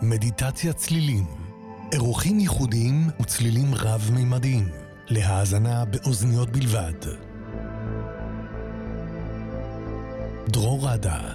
מדיטציה צלילים, אירוחים ייחודיים וצלילים רב-מימדיים, להאזנה באוזניות בלבד. דרור רדה.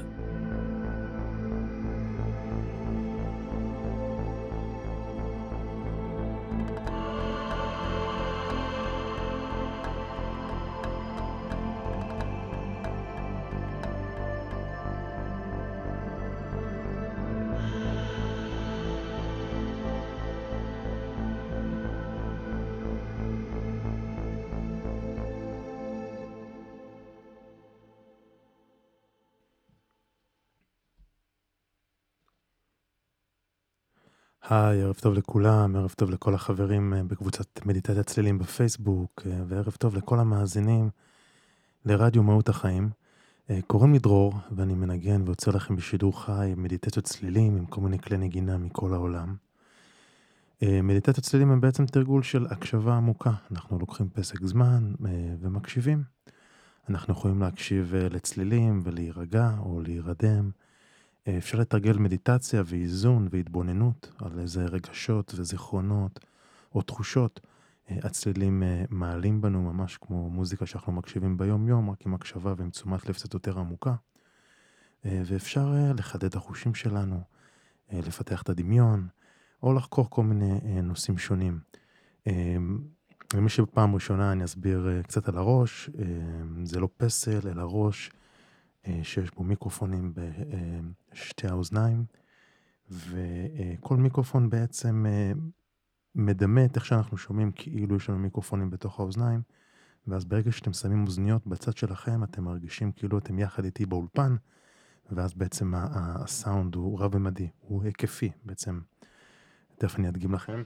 היי, ערב טוב לכולם, ערב טוב לכל החברים בקבוצת מדיטציה צלילים בפייסבוק, וערב טוב לכל המאזינים לרדיו מהות החיים. קוראים לי דרור, ואני מנגן ויוצר לכם בשידור חי מדיטציות צלילים עם כל מיני כלי נגינה מכל העולם. מדיטציות צלילים הם בעצם תרגול של הקשבה עמוקה. אנחנו לוקחים פסק זמן ומקשיבים. אנחנו יכולים להקשיב לצלילים ולהירגע או להירדם. אפשר לתרגל מדיטציה ואיזון והתבוננות על איזה רגשות וזיכרונות או תחושות הצלילים מעלים בנו, ממש כמו מוזיקה שאנחנו מקשיבים ביום יום, רק עם הקשבה ועם תשומת לב קצת יותר עמוקה. ואפשר לחדד את החושים שלנו, לפתח את הדמיון, או לחקור כל מיני נושאים שונים. למי שבפעם ראשונה אני אסביר קצת על הראש. זה לא פסל אלא ראש שיש בו מיקרופונים בשתי האוזניים, וכל מיקרופון בעצם מדמה את איך שאנחנו שומעים, כאילו יש לנו מיקרופונים בתוך האוזניים, ואז ברגע שאתם שמים אוזניות בצד שלכם, אתם מרגישים כאילו אתם יחד איתי באולפן, ואז בעצם הסאונד הוא רב-ממדי, הוא היקפי בעצם. תכף אני אדגים לכם.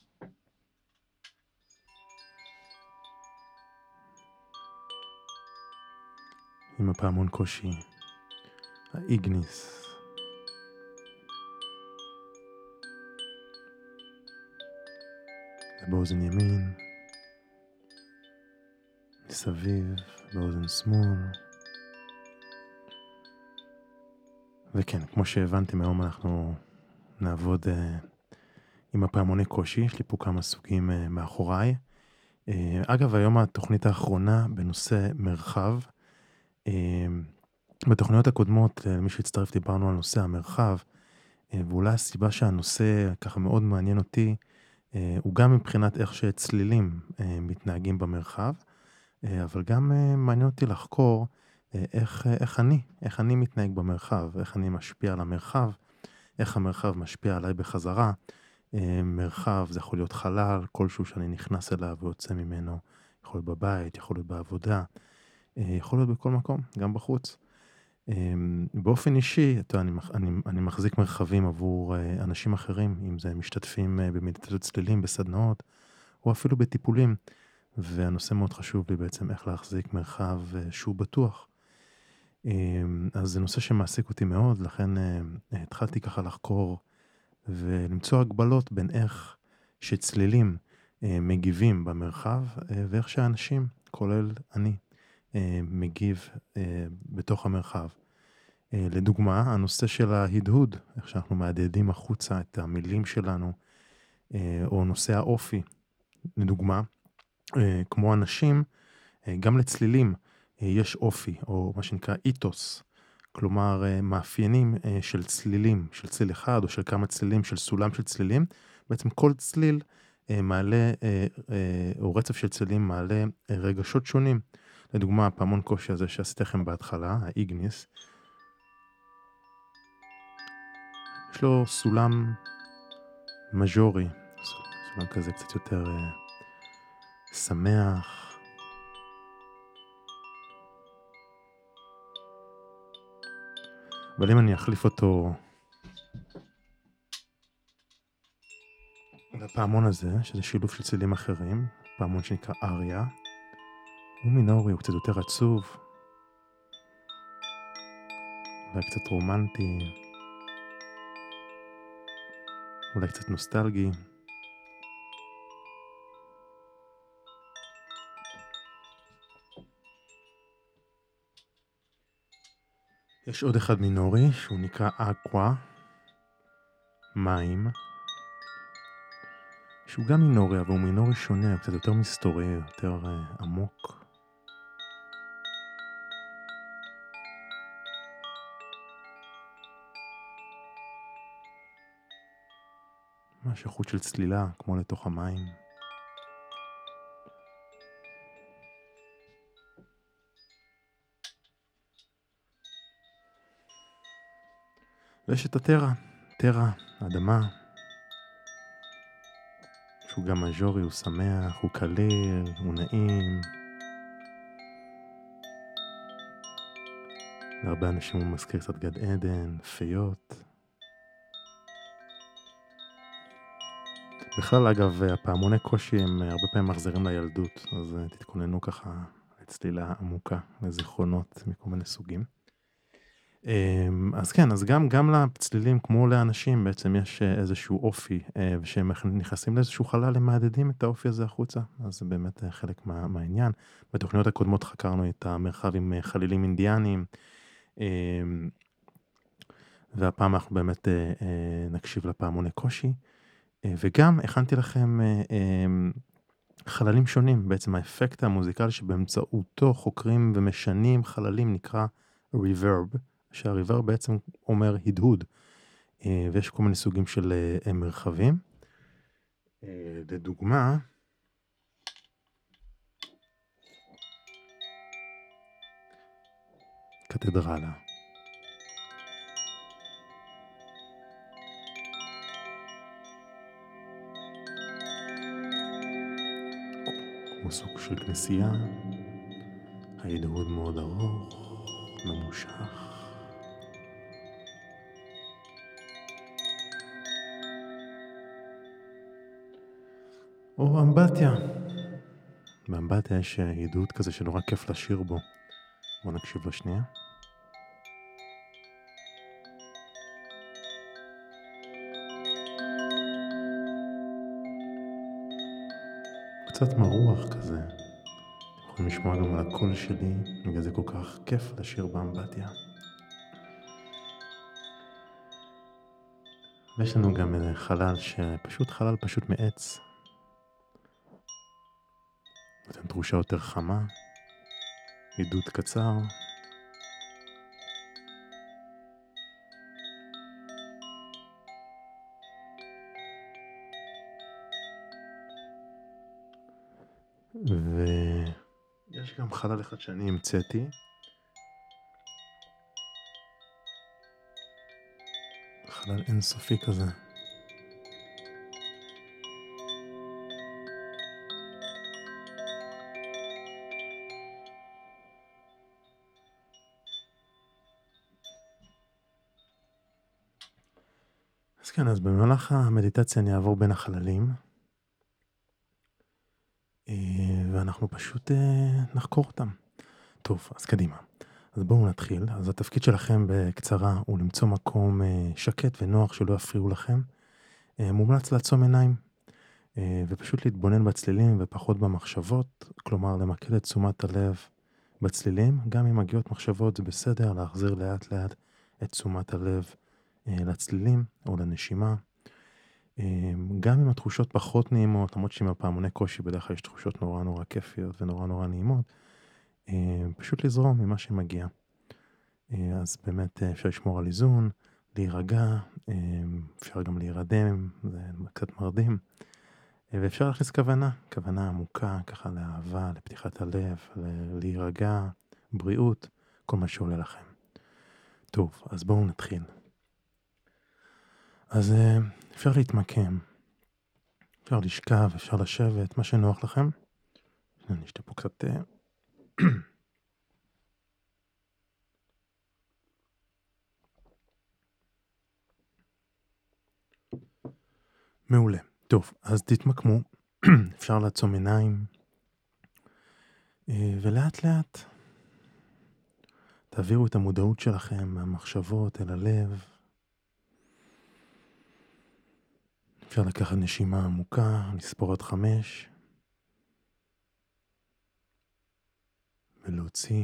עם הפעמון קושי, האיגניס. באוזן ימין, מסביב, באוזן שמאל. וכן, כמו שהבנתם, היום אנחנו נעבוד עם הפעמוני קושי. יש לי פה כמה סוגים מאחוריי. אגב, היום התוכנית האחרונה בנושא מרחב. בתוכניות הקודמות, מי שהצטרף, דיברנו על נושא המרחב, ואולי הסיבה שהנושא ככה מאוד מעניין אותי, הוא גם מבחינת איך שצלילים מתנהגים במרחב, אבל גם מעניין אותי לחקור איך אני מתנהג במרחב, איך אני משפיע על המרחב, איך המרחב משפיע עליי בחזרה. מרחב זה יכול להיות חלל, כלשהו שאני נכנס אליו ויוצא ממנו, יכול להיות בבית, יכול להיות בעבודה, יכול להיות בכל מקום, גם בחוץ. באופן אישי, אני מחזיק מרחבים עבור אנשים אחרים, אם זה משתתפים במדיטציות צלילים, בסדנאות, או אפילו בטיפולים, והנושא מאוד חשוב לי בעצם איך להחזיק מרחב שהוא בטוח. אז זה נושא שמעסיק אותי מאוד, לכן התחלתי ככה לחקור ולמצוא הגבלות בין איך שצלילים מגיבים במרחב, ואיך שהאנשים, כולל אני, מגיב בתוך המרחב. לדוגמה, הנושא של ההדהוד, איך שאנחנו מהדהדים החוצה את המילים שלנו, או נושא האופי. לדוגמה, כמו אנשים, גם לצלילים יש אופי, או מה שנקרא איתוס, כלומר מאפיינים של צלילים, של צליל אחד או של כמה צלילים, של סולם של צלילים. בעצם כל צליל מעלה, או רצף של צלילים מעלה רגשות שונים. לדוגמה, הפעמון קושי הזה שעשיתי לכם בהתחלה, האיגניס, יש לו סולם מז'ורי, סולם כזה קצת יותר שמח. אבל אם אני אחליף אותו לפעמון הזה, שזה שילוב של צלילים אחרים, פעמון שנקרא אריה, הוא מינורי, הוא קצת יותר עצוב, אולי קצת רומנטי, אולי קצת נוסטלגי. יש עוד אחד מינורי שהוא נקרא אקווה, מים, שהוא גם מינורי, אבל הוא מינורי שונה, הוא קצת יותר מסתורי, יותר עמוק. ממש איכות של צלילה, כמו לתוך המים. ויש את טרה, אדמה, שהוא גם מז'ורי, הוא שמח, הוא קליל, הוא נעים. להרבה אנשים הוא מזכיר קצת גד עדן, פיות. בכלל, אגב, הפעמוני קושי הם הרבה פעמים מחזירים לילדות, אז תתכוננו ככה לצלילה עמוקה, לזיכרונות מכל מיני סוגים. אז כן, אז גם לצלילים כמו לאנשים בעצם יש איזשהו אופי, ושהם נכנסים לאיזשהו חלל, הם מעדדים את האופי הזה החוצה, אז זה באמת חלק מהעניין. בתוכניות הקודמות חקרנו את המרחב עם חלילים אינדיאנים, והפעם אנחנו באמת נקשיב לפעמוני קושי, וגם הכנתי לכם חללים שונים, בעצם האפקט המוזיקלי שבאמצעותו חוקרים ומשנים חללים נקרא reverb, שהריברב בעצם אומר הדהוד, ויש כל מיני סוגים של מרחבים. לדוגמה, קתדרלה. כמו סוג של כנסייה, ההדהוד מאוד ארוך, ממושך. או אמבטיה. באמבטיה יש הדהוד כזה שנורא כיף לשיר בו. בואו נקשיב לו שנייה. קצת מרוח כזה. אתם יכולים לשמוע גם על הקול שלי, בגלל זה כל כך כיף לשיר באמבטיה. ויש לנו גם איזה חלל חלל פשוט מעץ. נותן תחושה יותר חמה, עידוד קצר. ויש גם חלל אחד שאני המצאתי. חלל אינסופי כזה. אז כן, אז במהלך המדיטציה אני אעבור בין החללים, ואנחנו פשוט נחקור אותם. טוב, אז קדימה. אז בואו נתחיל. אז התפקיד שלכם בקצרה הוא למצוא מקום שקט ונוח שלא יפריעו לכם. מומלץ לעצום עיניים, ופשוט להתבונן בצלילים ופחות במחשבות, כלומר למקד את תשומת הלב בצלילים, גם אם מגיעות מחשבות זה בסדר, להחזיר לאט לאט את תשומת הלב לצלילים או לנשימה. גם אם התחושות פחות נעימות, למרות שעם הפעמוני קושי בדרך כלל יש תחושות נורא נורא כיפיות ונורא נורא נעימות, פשוט לזרום ממה שמגיע. אז באמת אפשר לשמור על איזון, להירגע, אפשר גם להירדם, זה קצת מרדים, ואפשר להכניס כוונה עמוקה, ככה לאהבה, לפתיחת הלב, להירגע, בריאות, כל מה שעולה לכם. טוב, אז בואו נתחיל. אז אפשר להתמקם, אפשר לשכב, אפשר לשבת, מה שנוח לכם. נשתה פה קצת מעולה. טוב, אז תתמקמו, אפשר לעצום עיניים, ולאט לאט תעבירו את המודעות שלכם מהמחשבות אל הלב. אפשר לקחת נשימה עמוקה, לספור עד 5, ולהוציא.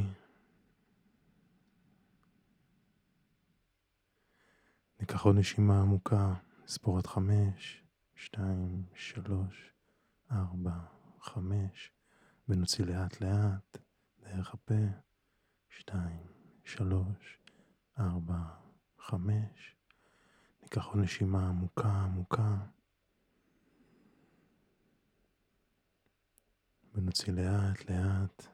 ניקח עוד נשימה עמוקה, ספור עד 5, 2, 3, 4, 5, ונוציא לאט לאט דרך הפה, 2, 3, 4, 5. ניקח עוד נשימה עמוקה עמוקה, ונוציא לאט לאט.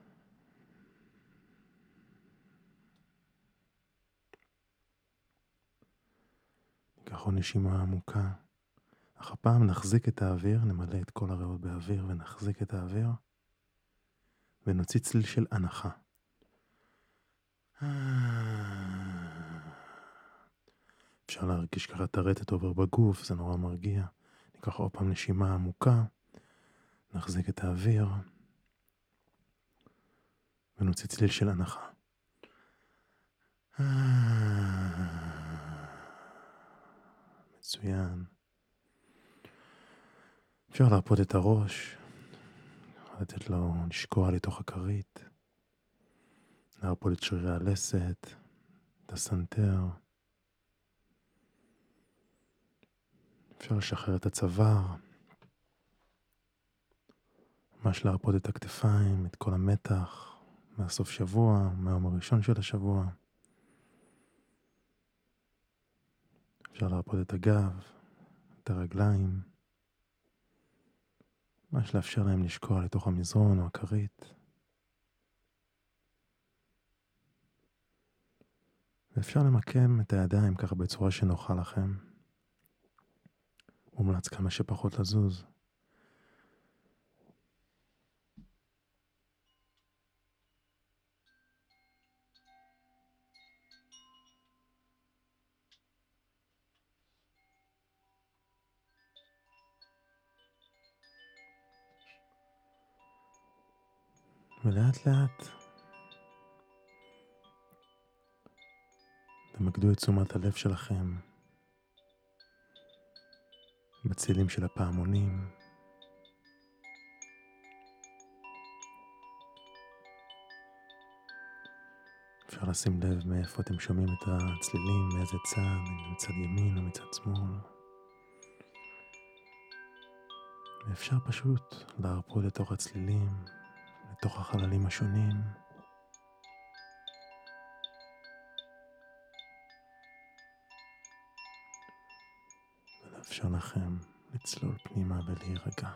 ניקח עוד נשימה עמוקה. אך הפעם נחזיק את האוויר, נמלא את כל הריאות באוויר ונחזיק את האוויר, ונוציא צליל של הנחה. אפשר להרגיש ככה את הרטט עובר בגוף, זה נורא מרגיע. ניקח עוד פעם נשימה עמוקה, נחזיק את האוויר, ונוציא צליל של הנחה. מצוין. אפשר להרפות את הראש, לתת לו לשקוע לתוך הכרית, להרפות את שרירי הלסת, את הסנטר. אפשר לשחרר את הצוואר, ממש להרפות את הכתפיים, את כל המתח מהסוף שבוע, מהיום הראשון של השבוע. אפשר להרפות את הגב, את הרגליים, ממש לאפשר להם לשקוע לתוך המזרון או הכרית. ואפשר למקם את הידיים ככה בצורה שנוחה לכם. מומלץ כמה שפחות לזוז. ולאט לאט תמקדו את תשומת הלב שלכם בצלילים של הפעמונים. אפשר לשים לב מאיפה אתם שומעים את הצלילים, מאיזה צד, אם מצד ימין או מצד שמאל. ואפשר פשוט להרפות לתוך הצלילים, לתוך החללים השונים. ולאפשר לכם לצלול פנימה ולהירגע.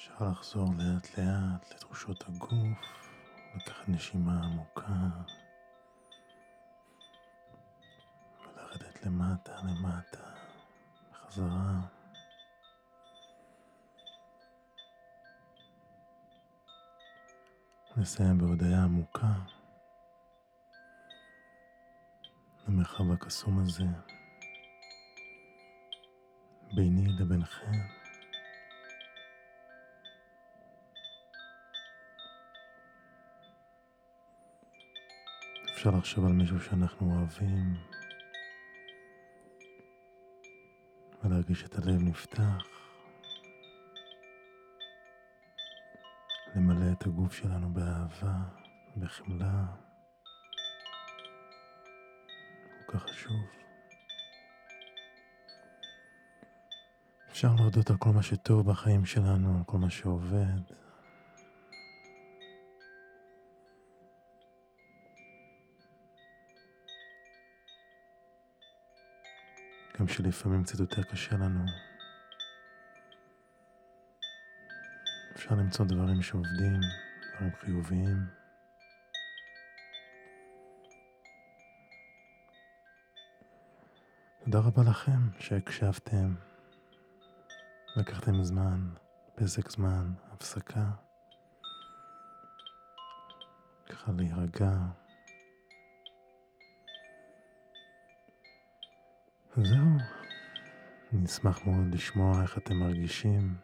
אפשר לחזור לאט לאט לתחושות הגוף, לקחת נשימה עמוקה ולרדת למטה למטה בחזרה. נסיים בהודעה עמוקה למרחב הקסום הזה ביני לבינכם. אפשר לחשוב על מישהו שאנחנו אוהבים ולהרגיש את הלב נפתח, למלא את הגוף שלנו באהבה, בחמלה. כל כך חשוב. אפשר להודות על כל מה שטוב בחיים שלנו, על כל מה שעובד. גם שלפעמים קצת יותר קשה לנו. אפשר למצוא דברים שעובדים, דברים חיוביים. תודה רבה לכם שהקשבתם, לקחתם זמן, פסק זמן, הפסקה, ככה להירגע. זהו, אני אשמח מאוד לשמוע איך אתם מרגישים,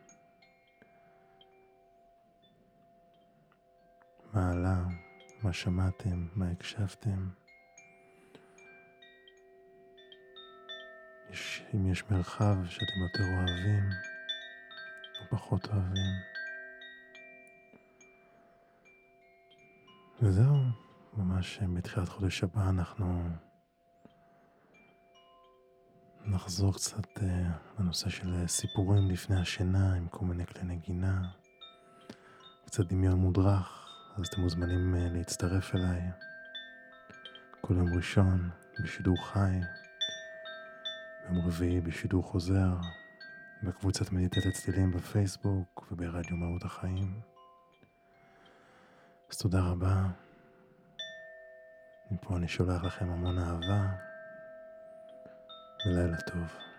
מה עלה, מה שמעתם, מה הקשבתם. אם יש מרחב שאתם יותר אוהבים או פחות אוהבים. וזהו, ממש בתחילת חודש הבא אנחנו נחזור קצת לנושא של סיפורים לפני השינה עם כל מיני כלי נגינה, קצת דמיון מודרך. אז אתם מוזמנים להצטרף אליי כל יום ראשון בשידור חי, ביום רביעי בשידור חוזר, בקבוצת מדיטציית צלילים בפייסבוק וברדיו מהות החיים. אז תודה רבה. מפה אני שולח לכם המון אהבה ולילה טוב.